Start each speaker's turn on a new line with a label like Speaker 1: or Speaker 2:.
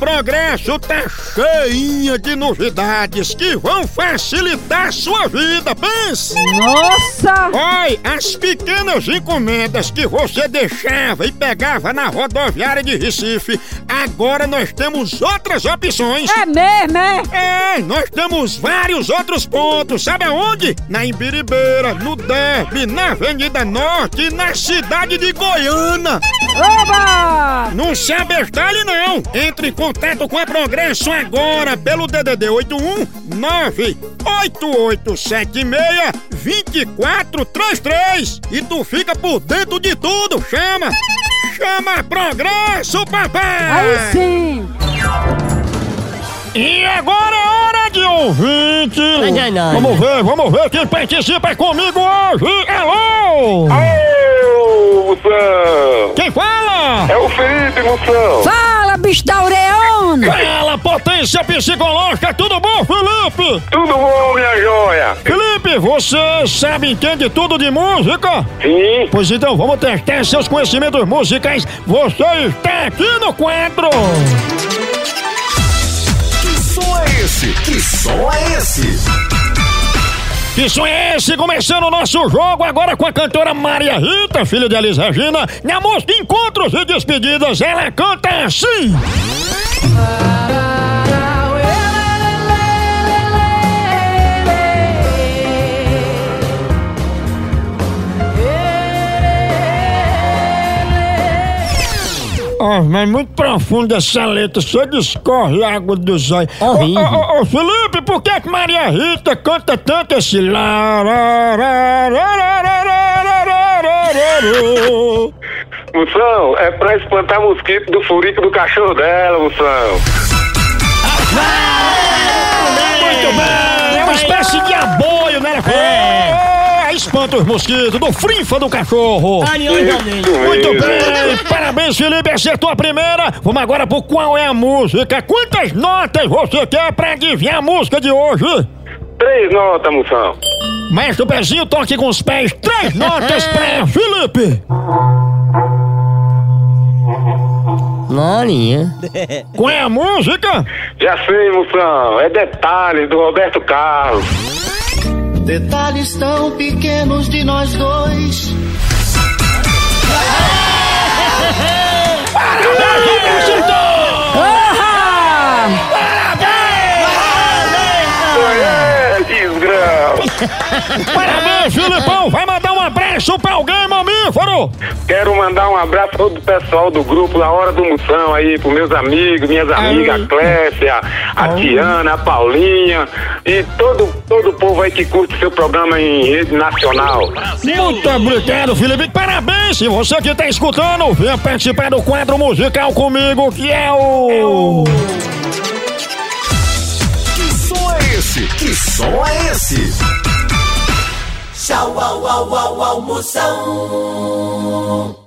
Speaker 1: Progresso tá cheinha de novidades que vão facilitar a sua vida, pense!
Speaker 2: Nossa!
Speaker 1: Oi, as pequenas encomendas que você deixava e pegava na rodoviária de Recife, agora nós temos outras opções.
Speaker 2: É mesmo, é?
Speaker 1: É, nós temos vários outros pontos, sabe aonde? Na Imbiribeira, no Derby, na Avenida Norte e na cidade de Goiânia.
Speaker 2: Oba!
Speaker 1: Não se abestalhe não! Entre em contato com a Progresso agora pelo DDD 81 98876-2433 e tu fica por dentro de tudo, chama! Chama Progresso, papai!
Speaker 2: Aí sim!
Speaker 1: E agora é hora de ouvinte! Vamos ver quem participa comigo hoje! Alô!
Speaker 3: Alô, Moção!
Speaker 1: Quem fala?
Speaker 3: É o Felipe, Moção!
Speaker 2: Fala, bicho da Ureona!
Speaker 1: Fala, potência psicológica, tudo bom, Felipe?
Speaker 3: Tudo bom, minha joia?
Speaker 1: Felipe, você sabe, entende tudo de música?
Speaker 3: Sim.
Speaker 1: Pois então, vamos testar seus conhecimentos musicais. Você está aqui no quadro!
Speaker 4: Que som é esse? Que som é esse?
Speaker 1: Que som é esse? Começando o nosso jogo agora com a cantora Maria Rita, filha de Elis Regina. Na música Encontros e Despedidas, ela canta assim. Mas muito profunda essa letra, só discorre água dos olhos. Ô, Felipe, por que Maria Rita canta tanto esse lá?
Speaker 3: Moção, é pra espantar mosquito do furico do cachorro dela, Moção.
Speaker 1: Muito bem! É uma espécie de aboio, né? Espanta os mosquitos do frinfa do cachorro. Muito bem, parabéns, Felipe, acertou a primeira. Vamos agora pro qual é a música. Quantas notas você quer pra adivinhar a música de hoje?
Speaker 3: 3 notas, Moção.
Speaker 1: Mestre Pezinho, toque com os pés. 3 notas pra Felipe.
Speaker 5: Norinha.
Speaker 1: Qual é a música?
Speaker 3: Já sei, Moção. É Detalhes, do Roberto Carlos.
Speaker 6: Detalhes tão pequenos de nós dois.
Speaker 1: Parabéns, Parabéns, Filipão! Vai mandar um abraço pra alguém, mamífero!
Speaker 3: Quero mandar um abraço para todo o pessoal do grupo da Hora do Moção aí, pros meus amigos, minhas amigas, a Clécia, a Tiana, a Paulinha e todo o povo aí que curte seu programa em rede nacional.
Speaker 1: Muito obrigado, Felipe! Parabéns! E você que tá escutando, venha participar do quadro musical comigo, que é o...
Speaker 4: Que som é esse?
Speaker 6: Tchau, au, au, au, au, Moção.